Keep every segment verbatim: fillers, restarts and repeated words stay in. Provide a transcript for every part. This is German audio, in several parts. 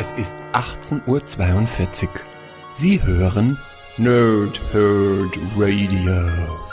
Es ist achtzehn Uhr zweiundvierzig. Sie hören Nerd Herd Radio.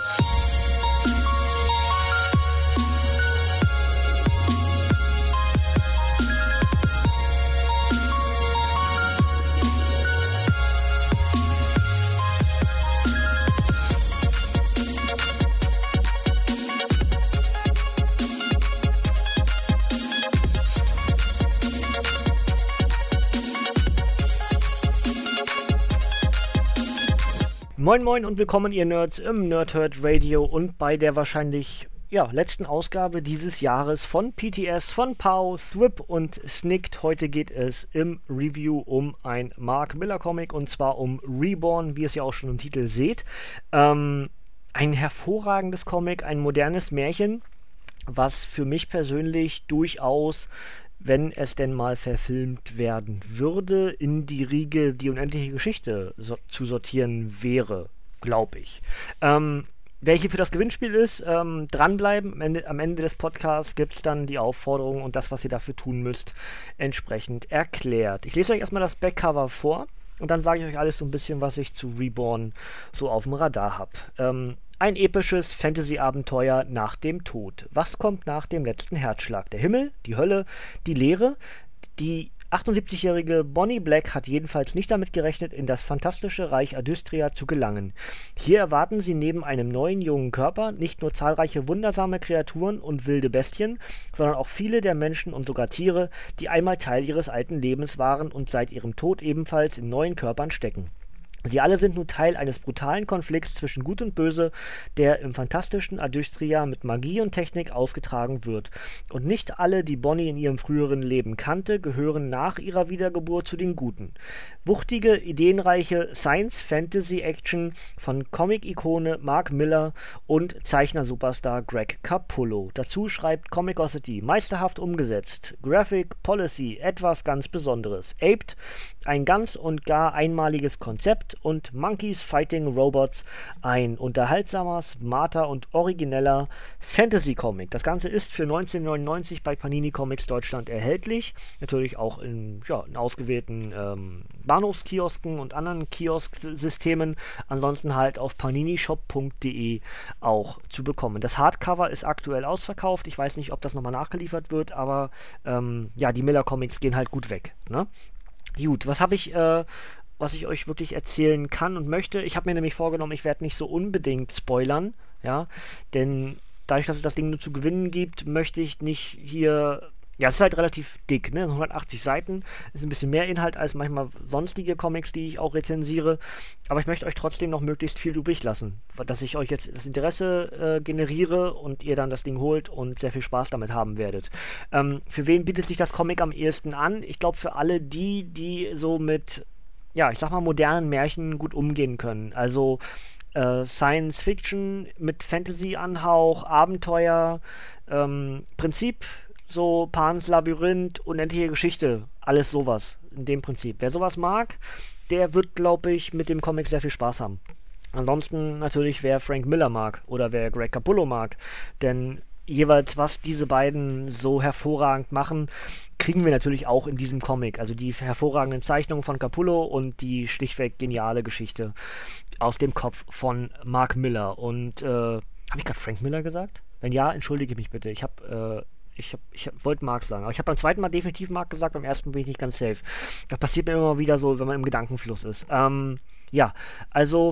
Moin moin und willkommen ihr Nerds im Nerd Herd Radio und bei der wahrscheinlich ja, letzten Ausgabe dieses Jahres von P T S, von Pow, Thwip und Snikt. Heute geht es im Review um ein Mark Millar Comic und zwar um Reborn, wie ihr es ja auch schon im Titel seht. Ähm, ein hervorragendes Comic, ein modernes Märchen, was für mich persönlich durchaus, wenn es denn mal verfilmt werden würde, in die Riege Die unendliche Geschichte so zu sortieren wäre, glaube ich. Ähm, wer hier für das Gewinnspiel ist, ähm, dranbleiben. Am Ende, am Ende des Podcasts gibt es dann die Aufforderung und das, was ihr dafür tun müsst, entsprechend erklärt. Ich lese euch erstmal das Backcover vor und dann sage ich euch alles so ein bisschen, was ich zu Reborn so auf dem Radar habe. Ähm, Ein episches Fantasy-Abenteuer nach dem Tod. Was kommt nach dem letzten Herzschlag? Der Himmel, die Hölle, die Leere? Die achtundsiebzigjährige Bonnie Black hat jedenfalls nicht damit gerechnet, in das fantastische Reich Adystria zu gelangen. Hier erwarten sie neben einem neuen jungen Körper nicht nur zahlreiche wundersame Kreaturen und wilde Bestien, sondern auch viele der Menschen und sogar Tiere, die einmal Teil ihres alten Lebens waren und seit ihrem Tod ebenfalls in neuen Körpern stecken. Sie alle sind nun Teil eines brutalen Konflikts zwischen Gut und Böse, der im fantastischen Adystria mit Magie und Technik ausgetragen wird. Und nicht alle, die Bonnie in ihrem früheren Leben kannte, gehören nach ihrer Wiedergeburt zu den Guten. Wuchtige, ideenreiche Science-Fantasy-Action von Comic-Ikone Mark Millar und Zeichner-Superstar Greg Capullo. Dazu schreibt Comicosity, meisterhaft umgesetzt. Graphic, Policy, etwas ganz Besonderes. Aped, ein ganz und gar einmaliges Konzept und Monkeys Fighting Robots, ein unterhaltsamer, smarter und origineller Fantasy-Comic. Das Ganze ist für neunzehnhundertneunundneunzig bei Panini Comics Deutschland erhältlich. Natürlich auch in, ja, in ausgewählten ähm, Bahnhofskiosken und anderen Kiosksystemen. Ansonsten halt auf paninishop punkt de auch zu bekommen. Das Hardcover ist aktuell ausverkauft. Ich weiß nicht, ob das nochmal nachgeliefert wird, aber ähm, ja, die Millar Comics gehen halt gut weg. Ne? Gut, was habe ich... Äh, was ich euch wirklich erzählen kann und möchte. Ich habe mir nämlich vorgenommen, ich werde nicht so unbedingt spoilern, ja, denn dadurch, dass es das Ding nur zu gewinnen gibt, möchte ich nicht hier, ja, es ist halt relativ dick, ne, hundertachtzig Seiten, ist ein bisschen mehr Inhalt als manchmal sonstige Comics, die ich auch rezensiere, aber ich möchte euch trotzdem noch möglichst viel übrig lassen, dass ich euch jetzt das Interesse äh, generiere und ihr dann das Ding holt und sehr viel Spaß damit haben werdet. Ähm, für wen bietet sich das Comic am ehesten an? Ich glaube für alle die, die so mit ja, ich sag mal, modernen Märchen gut umgehen können. Also äh, Science Fiction mit Fantasy-Anhauch, Abenteuer, ähm, Prinzip, so Pans Labyrinth, unendliche Geschichte, alles sowas in dem Prinzip. Wer sowas mag, der wird, glaube ich, mit dem Comic sehr viel Spaß haben. Ansonsten natürlich, wer Frank Millar mag oder wer Greg Capullo mag, denn jeweils, was diese beiden so hervorragend machen, kriegen wir natürlich auch in diesem Comic. Also die hervorragenden Zeichnungen von Capullo und die schlichtweg geniale Geschichte aus dem Kopf von Mark Millar. Und, äh, habe ich gerade Frank Millar gesagt? Wenn ja, entschuldige mich bitte. Ich habe, äh, ich, hab, ich hab, wollte Mark sagen. Aber ich habe beim zweiten Mal definitiv Mark gesagt, beim ersten bin ich nicht ganz safe. Das passiert mir immer wieder so, wenn man im Gedankenfluss ist. Ähm, ja, also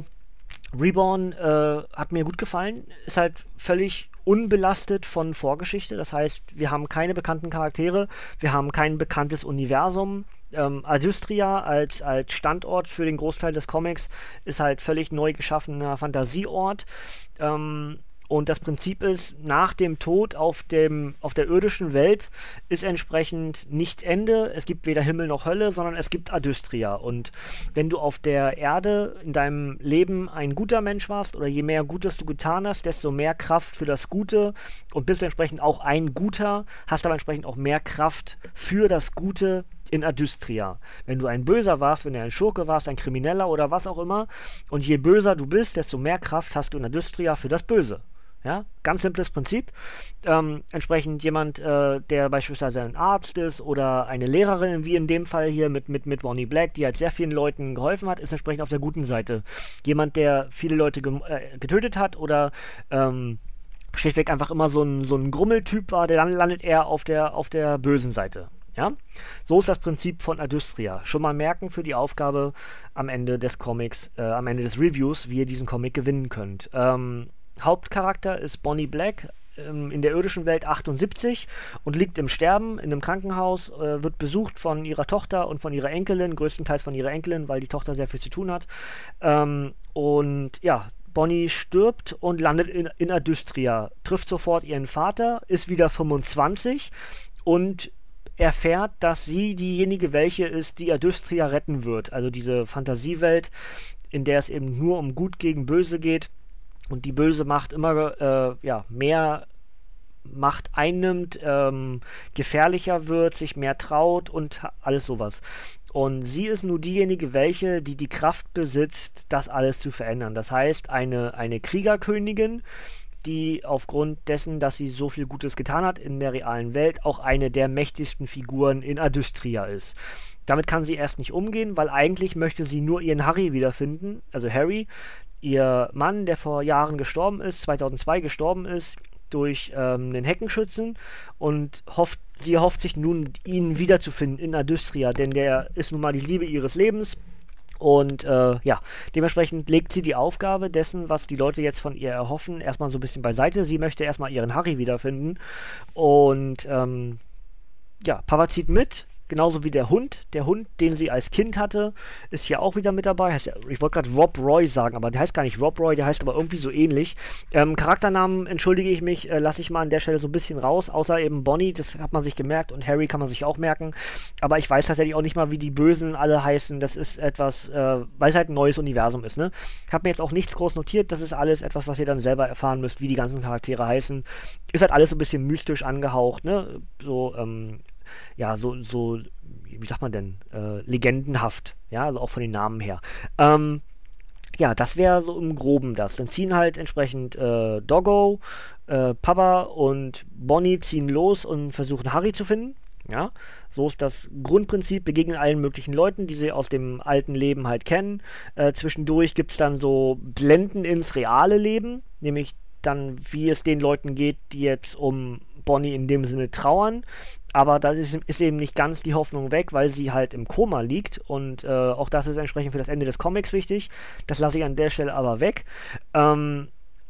Reborn äh, hat mir gut gefallen. Ist halt völlig unbelastet von Vorgeschichte. Das heißt, wir haben keine bekannten Charaktere, wir haben kein bekanntes Universum. Ähm, Adystria als, als Standort für den Großteil des Comics ist halt völlig neu geschaffener Fantasieort. Ähm, Und das Prinzip ist, nach dem Tod auf, dem, auf der irdischen Welt ist entsprechend nicht Ende. Es gibt weder Himmel noch Hölle, sondern es gibt Adystria. Und wenn du auf der Erde in deinem Leben ein guter Mensch warst oder je mehr Gutes du getan hast, desto mehr Kraft für das Gute und bist du entsprechend auch ein Guter, hast aber entsprechend auch mehr Kraft für das Gute in Adystria. Wenn du ein Böser warst, wenn du ein Schurke warst, ein Krimineller oder was auch immer, und je böser du bist, desto mehr Kraft hast du in Adystria für das Böse. Ja, ganz simples Prinzip. Ähm, entsprechend jemand, äh, der beispielsweise ein Arzt ist oder eine Lehrerin, wie in dem Fall hier mit, mit, mit Bonnie Black, die halt sehr vielen Leuten geholfen hat, ist entsprechend auf der guten Seite. Jemand, der viele Leute ge äh, getötet hat oder ähm, schlichtweg einfach immer so ein, so ein Grummeltyp war, der dann landet er auf der, auf der bösen Seite. Ja? So ist das Prinzip von Adustria. Schon mal merken für die Aufgabe am Ende des Comics, äh, am Ende des Reviews, wie ihr diesen Comic gewinnen könnt. Ähm, Hauptcharakter ist Bonnie Black, ähm, in der irdischen Welt achtundsiebzig und liegt im Sterben in einem Krankenhaus, äh, wird besucht von ihrer Tochter und von ihrer Enkelin, größtenteils von ihrer Enkelin, weil die Tochter sehr viel zu tun hat. Ähm, und ja, Bonnie stirbt und landet in, in Adustria, trifft sofort ihren Vater, ist wieder fünfundzwanzig und erfährt, dass sie diejenige welche ist, die Adustria retten wird. Also diese Fantasiewelt, in der es eben nur um Gut gegen Böse geht und die böse Macht immer äh, ja, mehr Macht einnimmt, ähm, gefährlicher wird, sich mehr traut und alles sowas. Und sie ist nur diejenige welche, die die Kraft besitzt, das alles zu verändern. Das heißt, eine, eine Kriegerkönigin, die aufgrund dessen, dass sie so viel Gutes getan hat in der realen Welt, auch eine der mächtigsten Figuren in Adustria ist. Damit kann sie erst nicht umgehen, weil eigentlich möchte sie nur ihren Harry wiederfinden, also Harry, ihr Mann, der vor Jahren gestorben ist, zweitausendzwei gestorben ist, durch ähm, einen Heckenschützen und hofft, sie hofft sich nun, ihn wiederzufinden in Adustria, denn der ist nun mal die Liebe ihres Lebens. Und äh, ja, dementsprechend legt sie die Aufgabe dessen, was die Leute jetzt von ihr erhoffen, erstmal so ein bisschen beiseite. Sie möchte erstmal ihren Harry wiederfinden. Und ähm, ja, Papa zieht mit, genauso wie der Hund. Der Hund, den sie als Kind hatte, ist hier auch wieder mit dabei. Heißt, ich wollte gerade Rob Roy sagen, aber der heißt gar nicht Rob Roy, der heißt aber irgendwie so ähnlich. Ähm, Charakternamen, entschuldige ich mich, äh, lasse ich mal an der Stelle so ein bisschen raus, außer eben Bonnie, das hat man sich gemerkt, und Harry kann man sich auch merken. Aber ich weiß tatsächlich auch nicht mal, wie die Bösen alle heißen. Das ist etwas, äh, weil es halt ein neues Universum ist, ne? Ich habe mir jetzt auch nichts groß notiert, das ist alles etwas, was ihr dann selber erfahren müsst, wie die ganzen Charaktere heißen. Ist halt alles so ein bisschen mystisch angehaucht, ne? So, ähm, ja, so, so, wie sagt man denn, äh, legendenhaft, ja, also auch von den Namen her. Ähm, ja, das wäre so im Groben das. Dann ziehen halt entsprechend äh, Doggo, äh, Papa und Bonnie ziehen los und versuchen Harry zu finden. Ja, so ist das Grundprinzip, begegnen allen möglichen Leuten, die sie aus dem alten Leben halt kennen. Äh, zwischendurch gibt es dann so Blenden ins reale Leben, nämlich dann, wie es den Leuten geht, die jetzt um Bonnie in dem Sinne trauern. Aber das ist, ist eben nicht ganz die Hoffnung weg, weil sie halt im Koma liegt. Und äh, auch das ist entsprechend für das Ende des Comics wichtig. Das lasse ich an der Stelle aber weg. Ähm,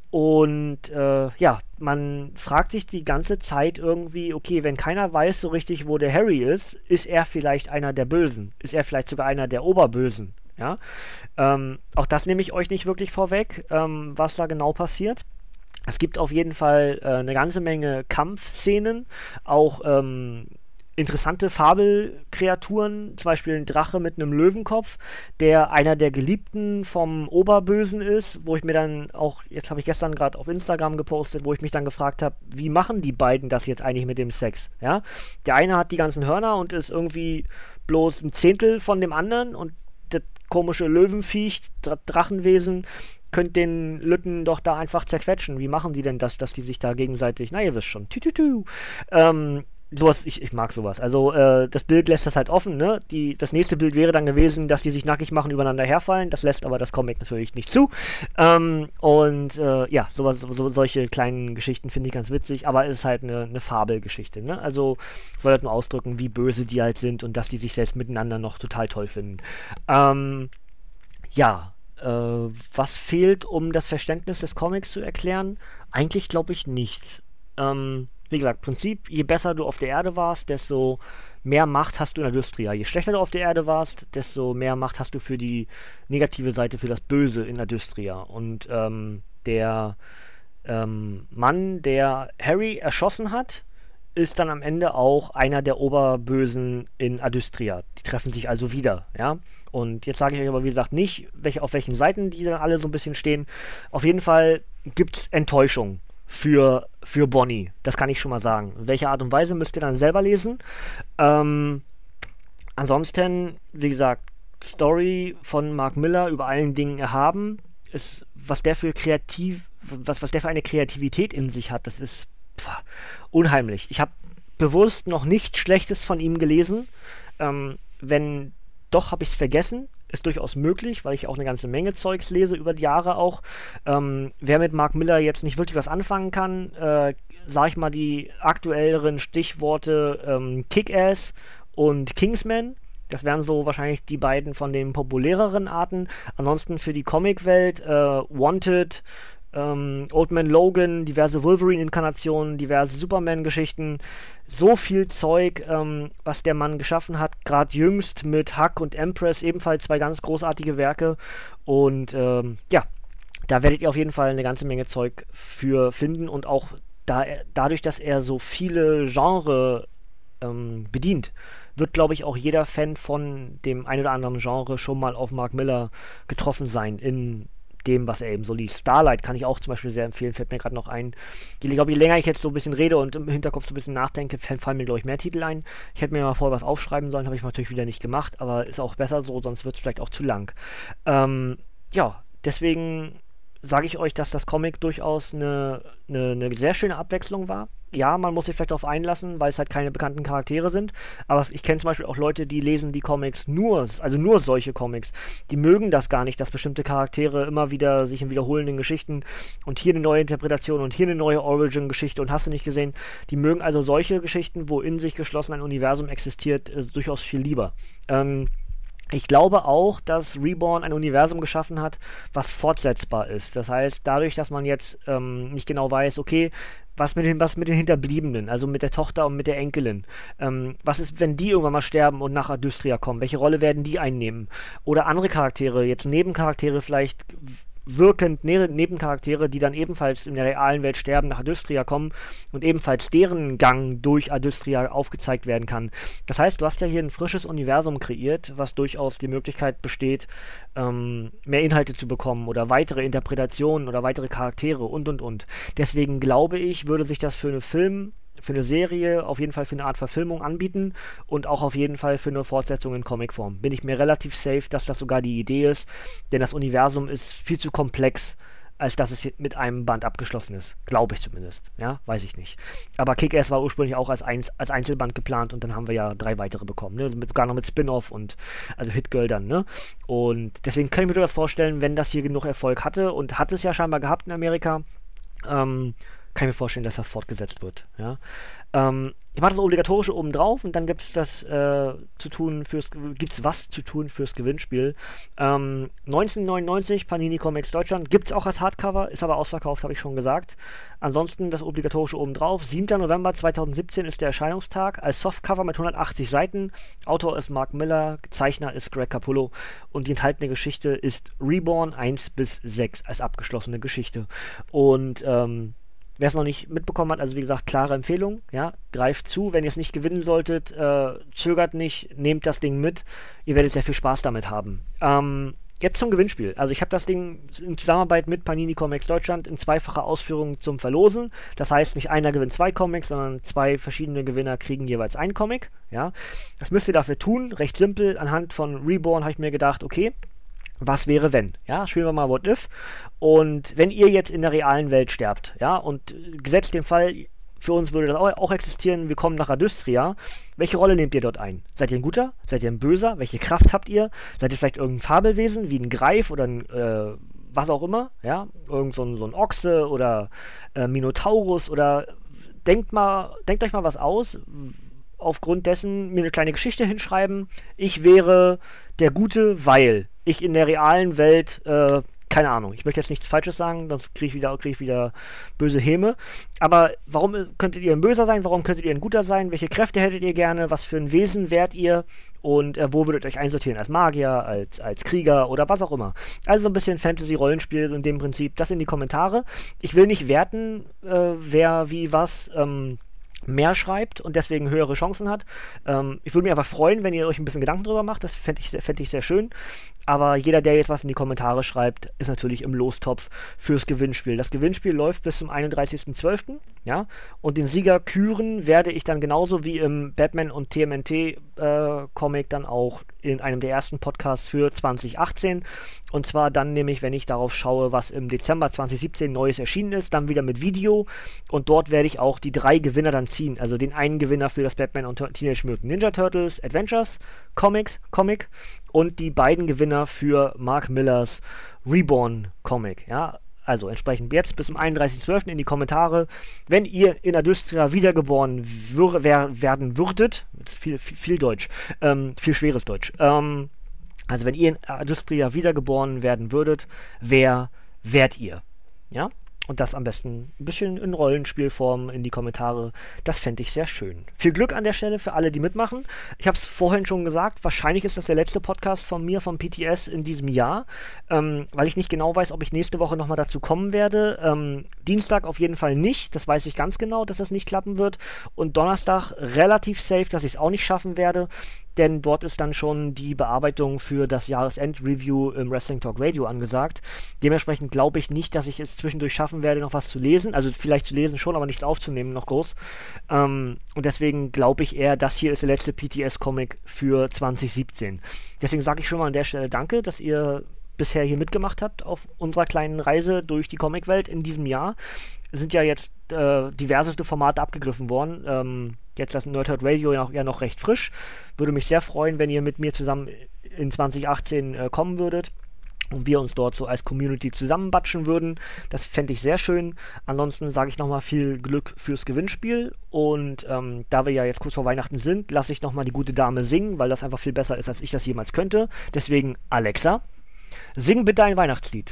und äh, ja, man fragt sich die ganze Zeit irgendwie, okay, wenn keiner weiß so richtig, wo der Harry ist, ist er vielleicht einer der Bösen? Ist er vielleicht sogar einer der Oberbösen? Ja? Ähm, auch das nehme ich euch nicht wirklich vorweg, ähm, was da genau passiert. Es gibt auf jeden Fall äh, eine ganze Menge Kampfszenen, auch ähm, interessante Fabelkreaturen, zum Beispiel ein Drache mit einem Löwenkopf, der einer der Geliebten vom Oberbösen ist, wo ich mir dann auch, jetzt habe ich gestern gerade auf Instagram gepostet, wo ich mich dann gefragt habe, wie machen die beiden das jetzt eigentlich mit dem Sex? Ja? Der eine hat die ganzen Hörner und ist irgendwie bloß ein Zehntel von dem anderen und das komische Löwenviech, Dra Drachenwesen, könnt den Lütten doch da einfach zerquetschen. Wie machen die denn das, dass die sich da gegenseitig, na ihr wisst schon, tü, tü, tü. Ähm, sowas, ich, ich mag sowas. Also äh, das Bild lässt das halt offen, ne? Die, das nächste Bild wäre dann gewesen, dass die sich nackig machen, übereinander herfallen. Das lässt aber das Comic natürlich nicht zu. Ähm, und äh, ja, sowas, so, solche kleinen Geschichten finde ich ganz witzig, aber es ist halt eine, eine Fabelgeschichte, ne? Also soll halt nur ausdrücken, wie böse die halt sind und dass die sich selbst miteinander noch total toll finden. Ähm, ja, Äh, was fehlt, um das Verständnis des Comics zu erklären? Eigentlich glaube ich nichts. Ähm, wie gesagt, Prinzip, je besser du auf der Erde warst, desto mehr Macht hast du in Adustria. Je schlechter du auf der Erde warst, desto mehr Macht hast du für die negative Seite, für das Böse in Adustria. Und ähm, der ähm, Mann, der Harry erschossen hat, ist dann am Ende auch einer der Oberbösen in Adustria. Die treffen sich also wieder, ja. Und jetzt sage ich euch aber, wie gesagt, nicht, welche, auf welchen Seiten die dann alle so ein bisschen stehen. Auf jeden Fall gibt es Enttäuschung für, für Bonnie. Das kann ich schon mal sagen. In welcher Art und Weise müsst ihr dann selber lesen. Ähm, ansonsten, wie gesagt, Story von Mark Millar über allen Dingen erhaben. Ist, was der für kreativ was, was der für eine Kreativität in sich hat, das ist pff, unheimlich. Ich habe bewusst noch nichts Schlechtes von ihm gelesen. Ähm, wenn doch, habe ich es vergessen. Ist durchaus möglich, weil ich auch eine ganze Menge Zeugs lese über die Jahre auch. Ähm, wer mit Mark Millar jetzt nicht wirklich was anfangen kann, äh, sage ich mal die aktuelleren Stichworte ähm, Kick-Ass und Kingsman. Das wären so wahrscheinlich die beiden von den populäreren Arten. Ansonsten für die Comicwelt äh, Wanted, ähm, Old Man Logan, diverse Wolverine-Inkarnationen, diverse Superman-Geschichten. So viel Zeug, ähm, was der Mann geschaffen hat. Gerade jüngst mit Huck und Empress, ebenfalls zwei ganz großartige Werke. Und ähm, ja, da werdet ihr auf jeden Fall eine ganze Menge Zeug für finden. Und auch da er, dadurch, dass er so viele Genre ähm, bedient, wird, glaube ich, auch jeder Fan von dem ein oder anderen Genre schon mal auf Mark Millar getroffen sein in dem, was er eben so liest. Starlight kann ich auch zum Beispiel sehr empfehlen, fällt mir gerade noch ein. Ich glaube, je länger ich jetzt so ein bisschen rede und im Hinterkopf so ein bisschen nachdenke, fallen mir, glaube ich, mehr Titel ein. Ich hätte mir mal vorher was aufschreiben sollen, habe ich natürlich wieder nicht gemacht, aber ist auch besser so, sonst wird es vielleicht auch zu lang. Ähm, ja, deswegen sage ich euch, dass das Comic durchaus eine, eine, eine sehr schöne Abwechslung war. Ja, man muss sich vielleicht darauf einlassen, weil es halt keine bekannten Charaktere sind. Aber ich kenne zum Beispiel auch Leute, die lesen die Comics nur, also nur solche Comics. Die mögen das gar nicht, dass bestimmte Charaktere immer wieder sich in wiederholenden Geschichten und hier eine neue Interpretation und hier eine neue Origin-Geschichte und hast du nicht gesehen. Die mögen also solche Geschichten, wo in sich geschlossen ein Universum existiert, äh, durchaus viel lieber. Ähm, Ich glaube auch, dass Reborn ein Universum geschaffen hat, was fortsetzbar ist. Das heißt, dadurch, dass man jetzt ähm, nicht genau weiß, okay, was mit, den, was mit den Hinterbliebenen, also mit der Tochter und mit der Enkelin, ähm, was ist, wenn die irgendwann mal sterben und nach Adustria kommen? Welche Rolle werden die einnehmen? Oder andere Charaktere, jetzt Nebencharaktere vielleicht wirkend ne Nebencharaktere, die dann ebenfalls in der realen Welt sterben, nach Adustria kommen und ebenfalls deren Gang durch Adustria aufgezeigt werden kann. Das heißt, du hast ja hier ein frisches Universum kreiert, was durchaus die Möglichkeit besteht, ähm, mehr Inhalte zu bekommen oder weitere Interpretationen oder weitere Charaktere und und und. Deswegen glaube ich, würde sich das für eine Film für eine Serie, auf jeden Fall für eine Art Verfilmung anbieten und auch auf jeden Fall für eine Fortsetzung in Comicform. Bin ich mir relativ safe, dass das sogar die Idee ist, denn das Universum ist viel zu komplex, als dass es mit einem Band abgeschlossen ist. Glaube ich zumindest. Ja, weiß ich nicht. Aber Kick-Ass war ursprünglich auch als, Einz als Einzelband geplant und dann haben wir ja drei weitere bekommen. Ne? Mit, sogar noch mit Spin-Off und also Hit-Girl dann. Ne? Und deswegen kann ich mir durchaus vorstellen, wenn das hier genug Erfolg hatte und hat es ja scheinbar gehabt in Amerika, ähm, kann ich mir vorstellen, dass das fortgesetzt wird. Ja? Ähm, ich mache das Obligatorische oben drauf und dann gibt es das äh, zu tun fürs gibt's was zu tun fürs Gewinnspiel. Ähm, neunzehnhundertneunundneunzig Panini Comics Deutschland gibt es auch als Hardcover, ist aber ausverkauft, habe ich schon gesagt. Ansonsten das Obligatorische oben drauf. siebter November zweitausendsiebzehn ist der Erscheinungstag als Softcover mit hundertachtzig Seiten. Autor ist Mark Millar, Zeichner ist Greg Capullo und die enthaltene Geschichte ist Reborn eins bis sechs als abgeschlossene Geschichte. Und ähm, wer es noch nicht mitbekommen hat, also wie gesagt, klare Empfehlung, ja, greift zu, wenn ihr es nicht gewinnen solltet, äh, zögert nicht, nehmt das Ding mit, ihr werdet sehr viel Spaß damit haben. Ähm, jetzt zum Gewinnspiel. Also ich habe das Ding in Zusammenarbeit mit Panini Comics Deutschland in zweifacher Ausführung zum Verlosen. Das heißt, nicht einer gewinnt zwei Comics, sondern zwei verschiedene Gewinner kriegen jeweils einen Comic, ja. Das müsst ihr dafür tun, recht simpel, anhand von Reborn habe ich mir gedacht, okay, was wäre wenn? Ja, spielen wir mal What If. Und wenn ihr jetzt in der realen Welt sterbt, ja, und gesetzt den Fall, für uns würde das auch, auch existieren, wir kommen nach Adustria, welche Rolle nehmt ihr dort ein? Seid ihr ein Guter? Seid ihr ein Böser? Welche Kraft habt ihr? Seid ihr vielleicht irgendein Fabelwesen, wie ein Greif oder ein, äh, was auch immer, ja, irgend so ein, so ein Ochse oder äh, Minotaurus oder denkt mal, denkt euch mal was aus, aufgrund dessen mir eine kleine Geschichte hinschreiben, ich wäre der Gute, weil ich in der realen Welt, äh, keine Ahnung, ich möchte jetzt nichts Falsches sagen, sonst kriege ich wieder, krieg ich wieder böse Häme. Aber warum könntet ihr ein Böser sein? Warum könntet ihr ein Guter sein? Welche Kräfte hättet ihr gerne? Was für ein Wesen wärt ihr? Und äh, wo würdet ihr euch einsortieren? Als Magier, als, als Krieger oder was auch immer? Also so ein bisschen Fantasy-Rollenspiel in dem Prinzip. Das in die Kommentare. Ich will nicht werten, äh, wer wie was ähm, mehr schreibt und deswegen höhere Chancen hat. Ähm, ich würde mich einfach freuen, wenn ihr euch ein bisschen Gedanken drüber macht. Das fände ich, fänd ich sehr schön. Aber jeder, der jetzt was in die Kommentare schreibt, ist natürlich im Lostopf fürs Gewinnspiel. Das Gewinnspiel läuft bis zum einunddreißigsten zwölften Ja? Und den Sieger küren werde ich dann genauso wie im Batman und T M N T äh, Comic dann auch in einem der ersten Podcasts für zwanzig achtzehn. Und zwar dann nämlich, wenn ich darauf schaue, was im Dezember zwanzig siebzehn Neues erschienen ist, dann wieder mit Video. Und dort werde ich auch die drei Gewinner dann ziehen. Also den einen Gewinner für das Batman und Teenage Mutant Ninja Turtles Adventures Comics, Comic und die beiden Gewinner für Mark Millers Reborn Comic. Ja, also entsprechend jetzt bis zum einunddreißigsten zwölften in die Kommentare, wenn ihr in Adustria wiedergeboren wür wer werden würdet, viel, viel, viel Deutsch, ähm, viel schweres Deutsch, ähm, also wenn ihr in Adustria wiedergeboren werden würdet, wer wärt ihr? Ja? Und das am besten ein bisschen in Rollenspielform in die Kommentare. Das fände ich sehr schön. Viel Glück an der Stelle für alle, die mitmachen. Ich habe es vorhin schon gesagt, wahrscheinlich ist das der letzte Podcast von mir, vom P T S in diesem Jahr, ähm, weil ich nicht genau weiß, ob ich nächste Woche nochmal dazu kommen werde. Ähm, Dienstag auf jeden Fall nicht, das weiß ich ganz genau, dass das nicht klappen wird. Und Donnerstag relativ safe, dass ich es auch nicht schaffen werde. Denn dort ist dann schon die Bearbeitung für das Jahresend-Review im Wrestling Talk Radio angesagt. Dementsprechend glaube ich nicht, dass ich es zwischendurch schaffen werde, noch was zu lesen. Also vielleicht zu lesen schon, aber nichts aufzunehmen, noch groß. Ähm, und deswegen glaube ich eher, das hier ist der letzte P T S-Comic für zwanzig siebzehn. Deswegen sage ich schon mal an der Stelle danke, dass ihr bisher hier mitgemacht habt auf unserer kleinen Reise durch die Comicwelt in diesem Jahr. Es sind ja jetzt äh, diverseste Formate abgegriffen worden. Ähm, jetzt das Nerdhurt Radio ja noch, ja noch recht frisch. Würde mich sehr freuen, wenn ihr mit mir zusammen in zwanzig achtzehn äh, kommen würdet und wir uns dort so als Community zusammenbatschen würden. Das fände ich sehr schön. Ansonsten sage ich nochmal viel Glück fürs Gewinnspiel. Und ähm, da wir ja jetzt kurz vor Weihnachten sind, lasse ich nochmal die gute Dame singen, weil das einfach viel besser ist, als ich das jemals könnte. Deswegen, Alexa, sing bitte ein Weihnachtslied.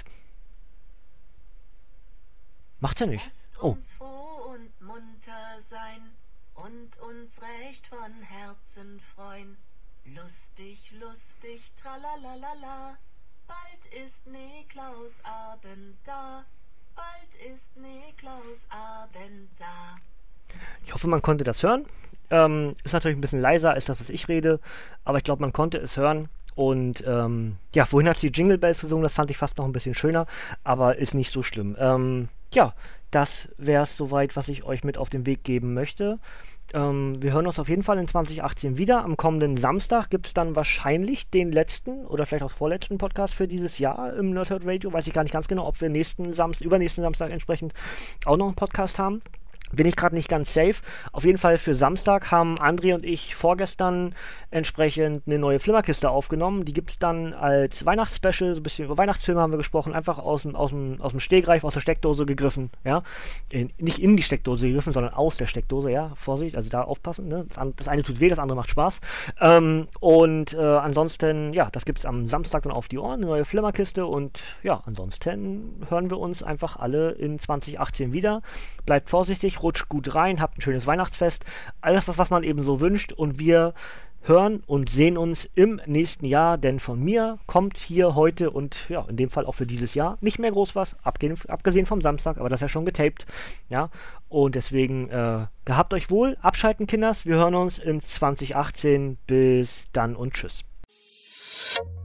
Macht ja nicht. Lasst Oh. uns froh und munter sein und uns recht von Herzen freuen. Lustig, lustig, tralalala. Bald ist Niklausabend da. Bald ist Niklausabend da. Ich hoffe, man konnte das hören. Ähm, ist natürlich ein bisschen leiser als das, was ich rede, aber ich glaube, man konnte es hören. Und ähm, ja, vorhin hat sie Jingle Bells gesungen, das fand ich fast noch ein bisschen schöner, aber ist nicht so schlimm. Ähm, ja, das wäre es soweit, was ich euch mit auf den Weg geben möchte. Ähm, wir hören uns auf jeden Fall in zwanzig achtzehn wieder. Am kommenden Samstag gibt es dann wahrscheinlich den letzten oder vielleicht auch vorletzten Podcast für dieses Jahr im Nerdhurt Radio. Weiß ich gar nicht ganz genau, ob wir nächsten Samstag, übernächsten Samstag entsprechend auch noch einen Podcast haben. Bin ich gerade nicht ganz safe. Auf jeden Fall für Samstag haben André und ich vorgestern entsprechend eine neue Flimmerkiste aufgenommen. Die gibt es dann als Weihnachtsspecial, so ein bisschen über Weihnachtsfilme haben wir gesprochen, einfach aus dem, aus dem, aus dem Stehgreif, aus der Steckdose gegriffen, ja. In, nicht in die Steckdose gegriffen, sondern aus der Steckdose, ja. Vorsicht, also da aufpassen, ne? Das, das eine tut weh, das andere macht Spaß. Ähm, und äh, ansonsten, ja, das gibt es am Samstag dann auf die Ohren, eine neue Flimmerkiste und ja, ansonsten hören wir uns einfach alle in zwanzig achtzehn wieder. Bleibt vorsichtig, rutscht gut rein, habt ein schönes Weihnachtsfest, alles das, was man eben so wünscht und wir hören und sehen uns im nächsten Jahr, denn von mir kommt hier heute und ja, in dem Fall auch für dieses Jahr nicht mehr groß was, abgesehen, abgesehen vom Samstag, aber das ist ja schon getaped, ja, und deswegen äh, gehabt euch wohl, abschalten Kinders, wir hören uns in zwanzig achtzehn, bis dann und tschüss.